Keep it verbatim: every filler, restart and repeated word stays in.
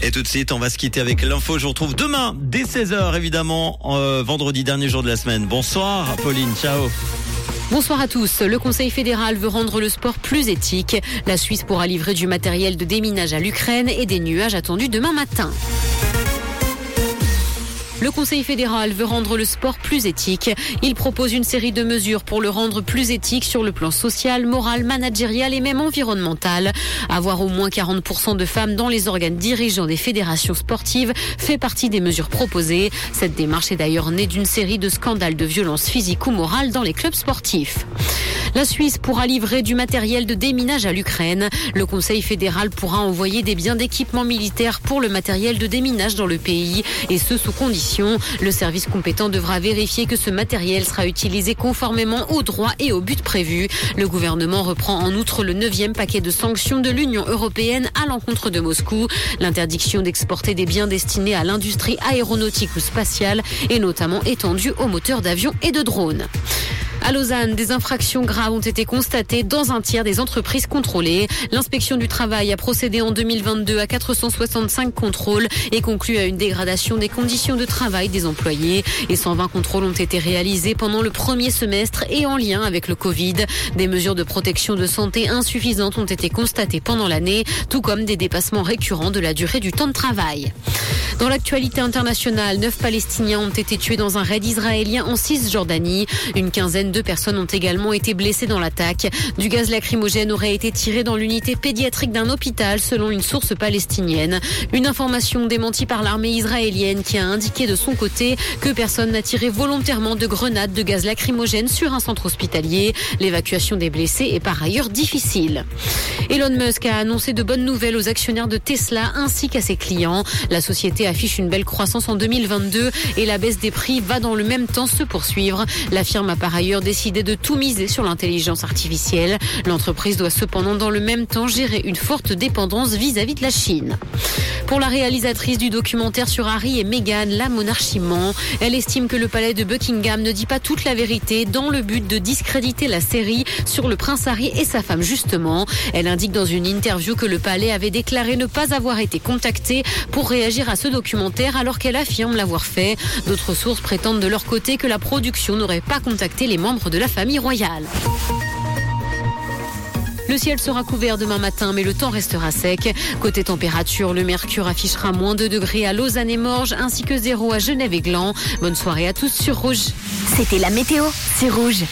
Et tout de suite, on va se quitter avec l'info. Je vous retrouve demain, dès seize heures, évidemment, euh, vendredi, dernier jour de la semaine. Bonsoir, Pauline. Ciao. Bonsoir à tous. Le Conseil fédéral veut rendre le sport plus éthique. La Suisse pourra livrer du matériel de déminage à l'Ukraine et des nuages attendus demain matin. Le Conseil fédéral veut rendre le sport plus éthique. Il propose une série de mesures pour le rendre plus éthique sur le plan social, moral, managérial et même environnemental. Avoir au moins quarante pour cent de femmes dans les organes dirigeants des fédérations sportives fait partie des mesures proposées. Cette démarche est d'ailleurs née d'une série de scandales de violence physique ou morale dans les clubs sportifs. La Suisse pourra livrer du matériel de déminage à l'Ukraine. Le Conseil fédéral pourra envoyer des biens d'équipement militaire pour le matériel de déminage dans le pays, et ce sous condition. Le service compétent devra vérifier que ce matériel sera utilisé conformément aux droits et aux buts prévus. Le gouvernement reprend en outre le neuvième paquet de sanctions de l'Union européenne à l'encontre de Moscou. L'interdiction d'exporter des biens destinés à l'industrie aéronautique ou spatiale est notamment étendue aux moteurs d'avions et de drones. À Lausanne, des infractions graves ont été constatées dans un tiers des entreprises contrôlées. L'inspection du travail a procédé en deux mille vingt-deux à quatre cent soixante-cinq contrôles et conclu à une dégradation des conditions de travail des employés. Et cent vingt contrôles ont été réalisés pendant le premier semestre et en lien avec le Covid. Des mesures de protection de santé insuffisantes ont été constatées pendant l'année, tout comme des dépassements récurrents de la durée du temps de travail. Dans l'actualité internationale, neuf Palestiniens ont été tués dans un raid israélien en Cisjordanie. Une quinzaine de personnes ont également été blessées dans l'attaque. Du gaz lacrymogène aurait été tiré dans l'unité pédiatrique d'un hôpital, selon une source palestinienne. Une information démentie par l'armée israélienne qui a indiqué de son côté que personne n'a tiré volontairement de grenades de gaz lacrymogène sur un centre hospitalier. L'évacuation des blessés est par ailleurs difficile. Elon Musk a annoncé de bonnes nouvelles aux actionnaires de Tesla ainsi qu'à ses clients. La société affiche une belle croissance en deux mille vingt-deux et la baisse des prix va dans le même temps se poursuivre. La firme a par ailleurs décidé de tout miser sur l'intelligence artificielle. L'entreprise doit cependant dans le même temps gérer une forte dépendance vis-à-vis de la Chine. Pour la réalisatrice du documentaire sur Harry et Meghan, la monarchie ment. Elle estime que le palais de Buckingham ne dit pas toute la vérité dans le but de discréditer la série sur le prince Harry et sa femme justement. Elle indique dans une interview que le palais avait déclaré ne pas avoir été contacté pour réagir à ce documentaire alors qu'elle affirme l'avoir fait. D'autres sources prétendent de leur côté que la production n'aurait pas contacté les membres de la famille royale. Le ciel sera couvert demain matin, mais le temps restera sec. Côté température, le mercure affichera moins deux degrés à Lausanne et Morges, ainsi que zéro à Genève et Gland. Bonne soirée à tous sur Rouge. C'était la météo, c'est Rouge.